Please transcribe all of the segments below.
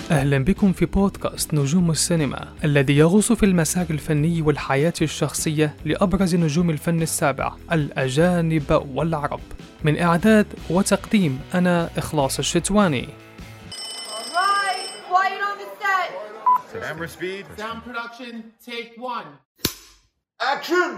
أهلا بكم في بودكاست نجوم السينما الذي يغوص في المسار الفني والحياة الشخصية لأبرز نجوم الفن السابع الأجانب والعرب. من إعداد وتقديم أنا إخلاص الشتواني. Camera speed. Sound production, take one. Action!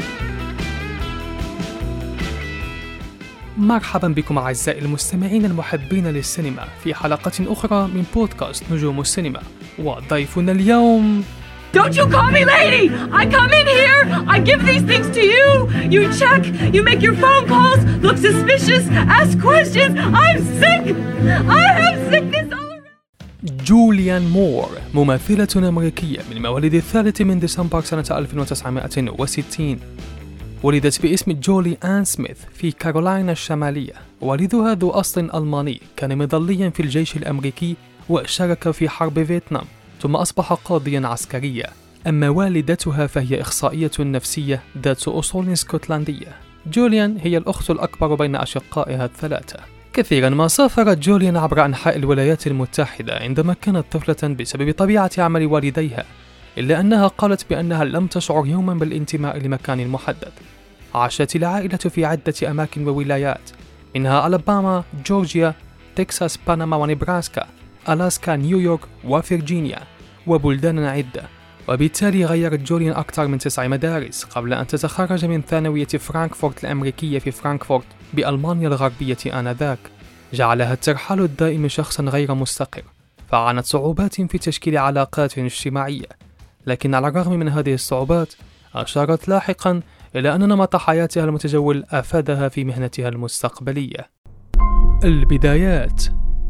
مرحبا بكم أعزائي المستمعين المحبين للسينما في حلقة أخرى من بودكاست نجوم السينما، وضيفنا اليوم Don't you call me lady! I come in here, I give these things to you, you check, you make your phone calls, look suspicious, ask questions. I'm sick! I have sickness all around. جوليان مور، ممثلة أمريكية من مواليد 3 ديسمبر سنة 1960. ولدت باسم جولي آن سميث في كارولاينا الشمالية. والدها ذو أصل ألماني، كان مظليا في الجيش الأمريكي وشارك في حرب فيتنام، ثم أصبح قاضيا عسكريا. أما والدتها فهي إخصائية نفسية ذات أصول اسكتلندية. جوليان هي الأخت الأكبر بين أشقائها الثلاثة. كثيرا ما سافرت جوليان عبر أنحاء الولايات المتحدة عندما كانت طفلة بسبب طبيعة عمل والديها، إلا أنها قالت بأنها لم تشعر يوما بالانتماء لمكان محدد. عاشت العائلة في عدة أماكن وولايات، منها ألاباما، جورجيا، تكساس، بنما ونبراسكا، ألاسكا، نيويورك وفرجينيا وبلدان عدة. وبالتالي غيرت جوليان أكثر من 9 مدارس قبل أن تتخرج من ثانوية فرانكفورت الأمريكية في فرانكفورت بألمانيا الغربية آنذاك. جعلها الترحال الدائم شخصا غير مستقر، فعانت صعوبات في تشكيل علاقات اجتماعية، لكن على الرغم من هذه الصعوبات أشارت لاحقا إلى أن نمط حياتها المتجول أفادها في مهنتها المستقبلية. البدايات.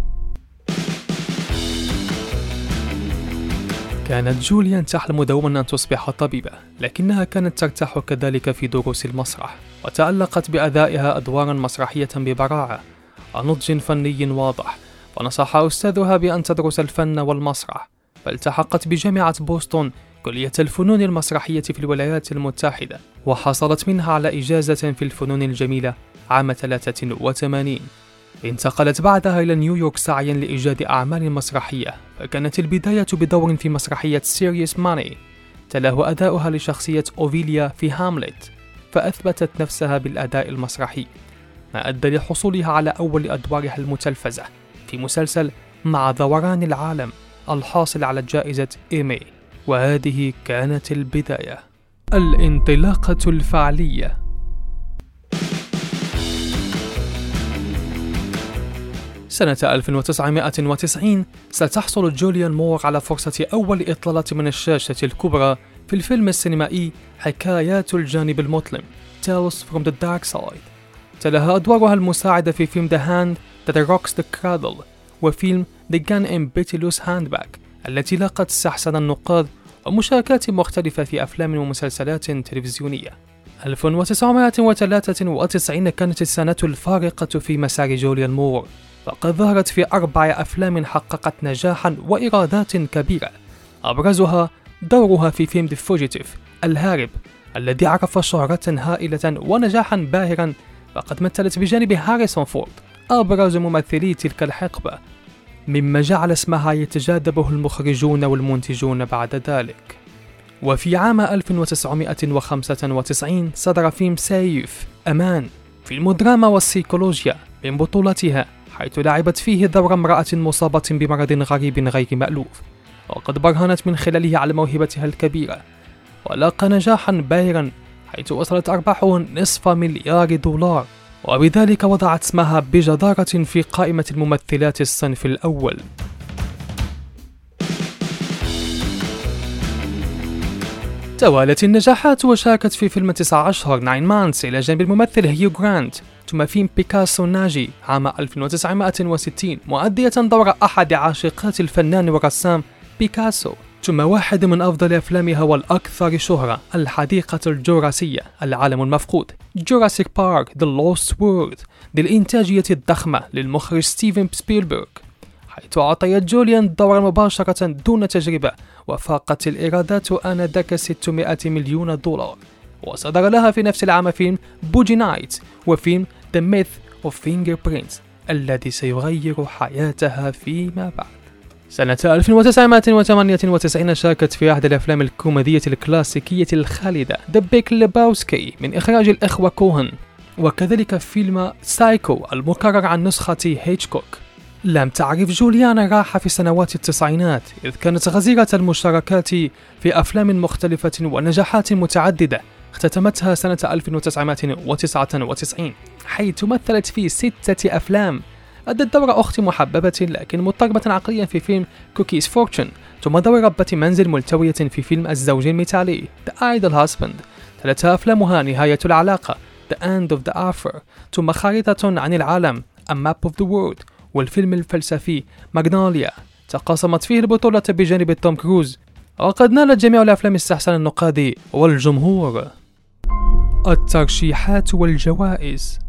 كانت جوليان تحلم دوما أن تصبح طبيبة، لكنها كانت ترتاح كذلك في دروس المسرح، وتألقت بأدائها أدوارا مسرحية ببراعة ونضج فني واضح. ونصح أستاذها بأن تدرس الفن والمسرح، فالتحقت بجامعة بوسطن كلية الفنون المسرحية في الولايات المتحدة، وحصلت منها على إجازة في الفنون الجميلة عام 83. انتقلت بعدها إلى نيويورك سعيا لإيجاد أعمال مسرحية، فكانت البداية بدور في مسرحية سيريوس ماني، تلاه أداؤها لشخصية أوفيليا في هاملت، فأثبتت نفسها بالأداء المسرحي، ما أدى لحصولها على أول أدوارها المتلفزة في مسلسل مع دوران العالم الحاصل على جائزة إيمي. وهذه كانت البداية. الانطلاقة الفعلية. سنة 1990 ستحصل جوليان مور على فرصة أول إطلالة من الشاشة الكبرى في الفيلم السينمائي حكايات الجانب المظلم Tales from the Dark Side. تلها أدوارها المساعدة في فيلم The Hand That Rocks the Cradle وفيلم The Gun in Beetlejuice Handbag التي لاقت استحسان النقاد، ومشاركات مختلفة في أفلام ومسلسلات تلفزيونية. 1993 كانت السنة الفارقة في مسار جوليان مور، فقد ظهرت في 4 أفلام حققت نجاحا وإيرادات كبيرة، أبرزها دورها في فيلم The Fugitive الهارب الذي عرف شهرة هائلة ونجاحا باهرا، فقد مثلت بجانب هاريسون فورد أبرز ممثلي تلك الحقبة، مما جعل اسمها يتجاذبه المخرجون والمنتجون بعد ذلك. وفي عام 1995 صدر فيلم سيف أمان، فيلم دراما والسيكولوجيا من بطولتها، حيث لعبت فيه دور امرأة مصابة بمرض غريب غير مألوف، وقد برهنت من خلاله على موهبتها الكبيرة، ولاقى نجاحا باهرا حيث وصلت أرباحه $500,000,000، وبذلك وضعت اسمها بجدارة في قائمة الممثلات الصنف الأول. توالت النجاحات، وشاركت في فيلم 9 أشهر 9 Months إلى جانب الممثل هيو جرانت، ثم فيلم بيكاسو ناجي عام 1960 مؤدية دور أحد عاشقات الفنان والرسام بيكاسو، ثم واحد من أفضل أفلامها والأكثر شهرة الحديقة الجوراسية العالم المفقود جوراسيك بارك The Lost World للإنتاجية الضخمة للمخرج ستيفن سبيلبرغ، حيث أعطيت جوليان الدور مباشرة دون تجربة، وفاقت الإيرادات آنذاك $600,000,000. وصدر لها في نفس العام فيلم بوجي نايت وفيلم The Myth of Fingerprints الذي سيغير حياتها فيما بعد. سنة 1998 شاركت في أحد الأفلام الكوميدية الكلاسيكية الخالدة The Big Lebowski من إخراج الإخوة كوهن، وكذلك فيلم سايكو المكرر عن نسخة هيتشكوك. لم تعرف جوليانا راحة في سنوات التسعينات، إذ كانت غزيرة المشاركات في أفلام مختلفة ونجاحات متعددة اختتمتها سنة 1999، حيث مثلت في 6 أفلام. أدت دور أخت محببة لكن مضطربة عقليا في فيلم كوكيز فورتشن، ثم دور ربة منزل ملتوية في فيلم الزوج المثالي The Idol Husband. تلت أفلامها نهاية العلاقة The End of the Offer، ثم خريطة عن العالم A Map of the World، والفيلم الفلسفي ماغنوليا تقاسمت فيه البطولة بجانب توم كروز، وقد نالت جميع الأفلام استحسان النقاد والجمهور. الترشيحات والجوائز.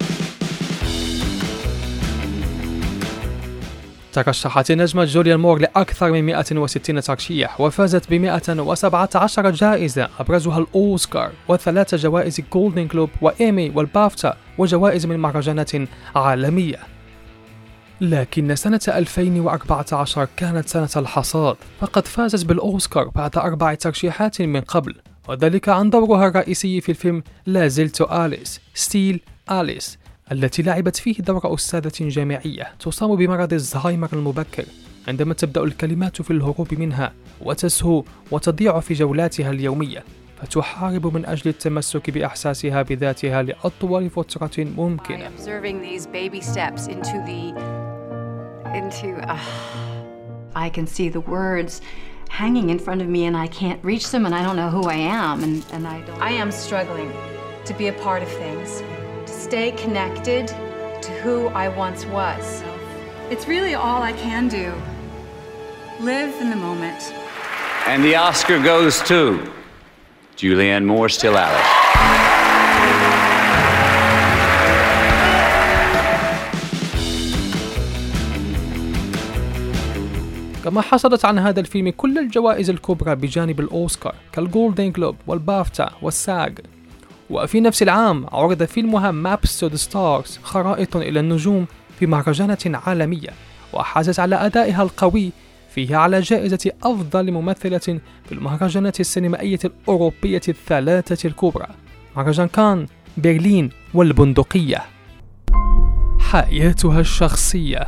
ترشحت النجمة جوليان مور لأكثر من 160 ترشيح، وفازت ب 117 جائزة أبرزها الأوسكار و3 جوائز جولدن جلوب وإيمي والبافتا وجوائز من مهرجانات عالمية. لكن سنة 2014 كانت سنة الحصاد، فقد فازت بالأوسكار بعد 4 ترشيحات من قبل، وذلك عن دورها الرئيسي في الفيلم لا زلت آليس ستيل آليس، التي لعبت فيه دور أستاذة جامعية تصاب بمرض الزهايمر المبكر، عندما تبدأ الكلمات في الهروب منها وتسهو وتضيع في جولاتها اليومية، فتحارب من أجل التمسك بإحساسها بذاتها لأطول فترة ممكنة. I can see the words hanging in front of me and I can't reach them and I don't know who I am and I am struggling to be a part of things, to stay connected to who I once was. It's really all I can do. Live in the moment. And the Oscar goes to Julianne Moore, still Alice. كما حصلت عن هذا الفيلم كل الجوائز الكبرى بجانب الأوسكار كالجولدن جلوب والبافتا والساغ. وفي نفس العام عرض فيلمها مابس تو ذا ستارز خرائط إلى النجوم في مهرجانات عالمية، وحازت على أدائها القوي فيه على جائزة أفضل ممثلة في المهرجانات السينمائية الأوروبية الثلاثة الكبرى، مهرجان كان، برلين والبندقية. حياتها الشخصية.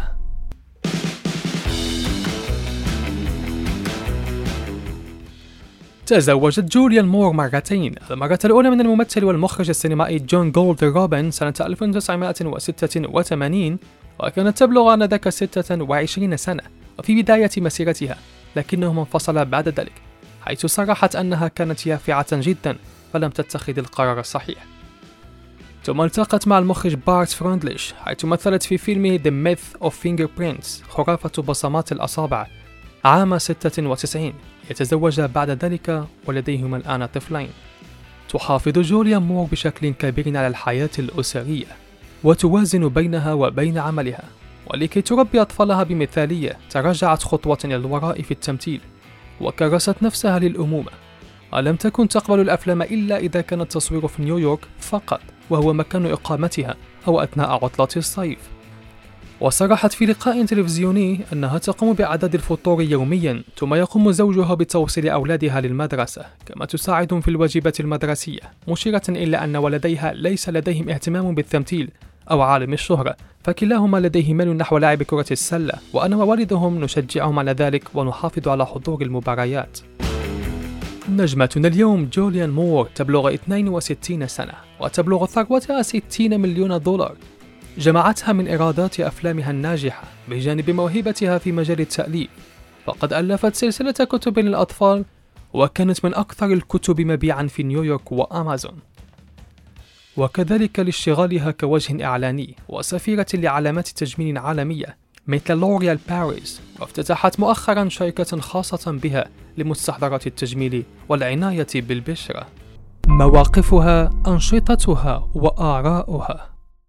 تزوجت جوليان مور مرتين، المرة الأولى من الممثل والمخرج السينمائي جون جولد روبن سنة 1986، وكانت تبلغ آنذاك 26 سنة وفي بداية مسيرتها، لكنهما انفصلا بعد ذلك، حيث صرحت أنها كانت يافعة جدا فلم تتخذ القرار الصحيح. ثم التقت مع المخرج بارت فرندليش، حيث مثلت في فيلم The Myth of Fingerprints خرافة بصمات الأصابع عام 96. يتزوجا بعد ذلك ولديهما الآن طفلين. تحافظ جوليان مور بشكل كبير على الحياة الأسرية، وتوازن بينها وبين عملها، ولكي تربي أطفالها بمثالية تراجعت خطوة إلى الوراء في التمثيل، وكرست نفسها للأمومة، ولم تكن تقبل الأفلام إلا إذا كان التصوير في نيويورك فقط، وهو مكان إقامتها، أو أثناء عطلة الصيف. وصرحت في لقاء تلفزيوني أنها تقوم بإعداد الفطور يوميا، ثم يقوم زوجها بتوصيل أولادها للمدرسة، كما تساعدهم في الواجبات المدرسية، مشيرة إلى أن ولديها ليس لديهم اهتمام بالتمثيل أو عالم الشهرة، فكلاهما لديه ميل نحو لعب كرة السلة، وأنا ووالدهم نشجعهم على ذلك ونحافظ على حضور المباريات. نجمتنا اليوم جوليان مور تبلغ 62 سنة، وتبلغ ثروتها 60 مليون دولار، جمعتها من إيرادات أفلامها الناجحة بجانب موهبتها في مجال التأليف، فقد ألفت سلسلة كتب للأطفال، وكانت من أكثر الكتب مبيعا في نيويورك وأمازون، وكذلك لاشتغالها كوجه إعلاني وسفيرة لعلامات تجميل عالمية مثل لوريال باريس، وافتتحت مؤخرا شركة خاصة بها لمستحضرات التجميل والعناية بالبشرة. مواقفها، أنشطتها وآراؤها.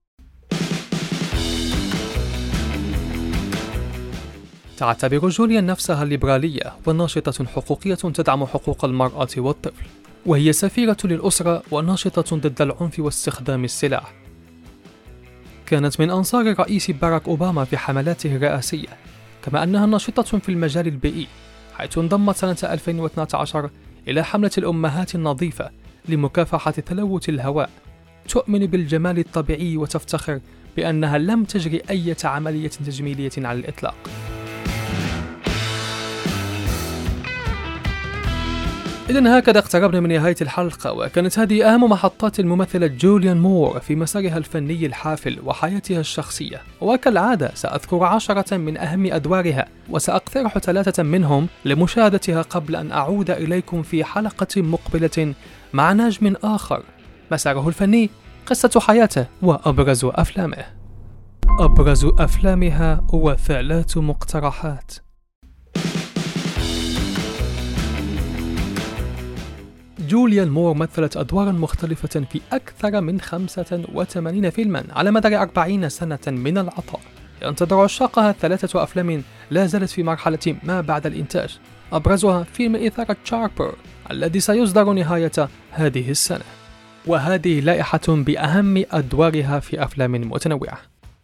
تعتبر جوليان نفسها ليبرالية وناشطة حقوقية تدعم حقوق المرأة والطفل، وهي سفيرة للأسرة وناشطة ضد العنف واستخدام السلاح. كانت من أنصار الرئيس باراك أوباما في حملاته الرئاسية، كما أنها نشطة في المجال البيئي، حيث انضمت سنة 2012 إلى حملة الأمهات النظيفة لمكافحة تلوث الهواء. تؤمن بالجمال الطبيعي وتفتخر بأنها لم تجري أي عملية تجميلية على الإطلاق. إذن هكذا اقتربنا من نهاية الحلقة، وكانت هذه أهم محطات الممثلة جوليان مور في مسارها الفني الحافل وحياتها الشخصية. وكالعادة سأذكر 10 من أهم أدوارها، وسأقترح 3 منهم لمشاهدتها قبل أن أعود إليكم في حلقة مقبلة مع نجم آخر، مساره الفني، قصة حياته، وأبرز أفلامه. أبرز أفلامها و3 مقترحات. جوليان مور مثلت أدوارا مختلفة في أكثر من 85 فيلما على مدار 40 سنة من العطاء. ينتظر عشاقها 3 أفلام لا زالت في مرحلة ما بعد الإنتاج، أبرزها فيلم إثارة شاربر الذي سيصدر نهاية هذه السنة. وهذه لائحة بأهم أدوارها في أفلام متنوعة: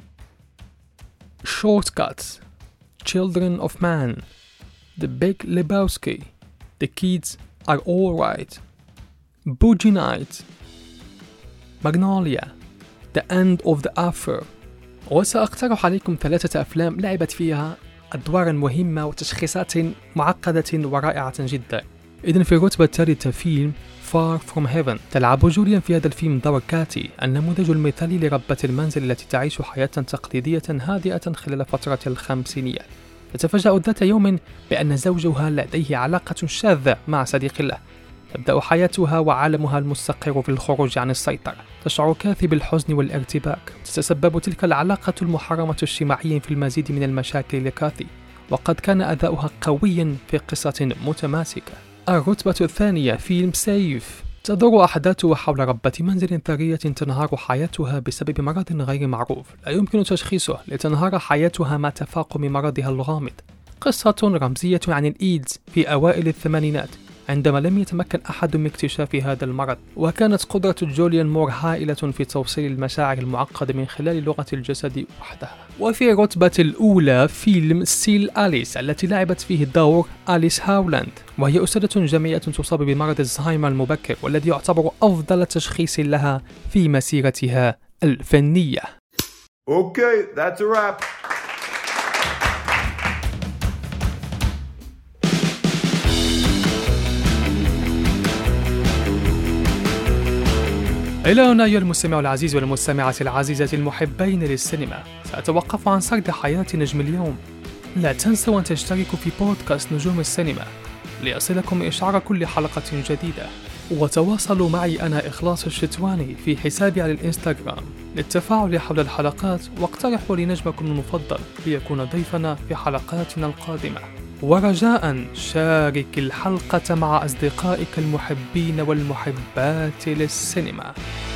Shortcuts, Children of Man, The Big Lebowski, The Kids Are Alright, Boogie Nights, Magnolia, The End of the Affair. وسأقترح عليكم 3 أفلام لعبت فيها أدوارا مهمة وتشخيصات معقدة ورائعة جدا. إذن في الرتبة الثالثة فيلم Far From Heaven. تلعب جوليان في هذا الفيلم دور كاتي، النموذج المثالي لربة المنزل التي تعيش حياة تقليدية هادئة خلال فترة الخمسينيات. تتفاجأ ذات يوم بأن زوجها لديه علاقة شاذة مع صديق له. تبدأ حياتها وعالمها المستقر في الخروج عن السيطرة. تشعر كاثي بالحزن والارتباك. تتسبب تلك العلاقة المحرمة اجتماعيا في المزيد من المشاكل لكاثي، وقد كان أداؤها قويا في قصة متماسكة. الرتبة الثانية فيلم سيف. تدور أحداثه حول ربة منزل ثرية تنهار حياتها بسبب مرض غير معروف لا يمكن تشخيصه، لتنهار حياتها مع تفاقم مرضها الغامض. قصة رمزية عن الإيدز في أوائل الثمانينات، عندما لم يتمكن أحد من اكتشاف هذا المرض، وكانت قدرة جوليان مور هائلة في توصيل المشاعر المعقدة من خلال لغة الجسد وحدها. وفي الرتبة الأولى فيلم ستيل أليس، التي لعبت فيه دور أليس هاولاند، وهي أستاذة جامعية تصاب بمرض الزهايمر المبكر، والذي يعتبر أفضل تشخيص لها في مسيرتها الفنية. Okay, that's a wrap. إلى هنا أيها المستمع العزيز والمستمعة العزيزة المحبين للسينما، سأتوقف عن سرد حياة نجم اليوم. لا تنسوا أن تشتركوا في بودكاست نجوم السينما ليصلكم إشعار كل حلقة جديدة، وتواصلوا معي أنا إخلاص الشتواني في حسابي على الإنستغرام للتفاعل حول الحلقات، واقترحوا لنجمكم المفضل ليكون ضيفنا في حلقاتنا القادمة. ورجاء شارك الحلقة مع أصدقائك المحبين والمحبات للسينما.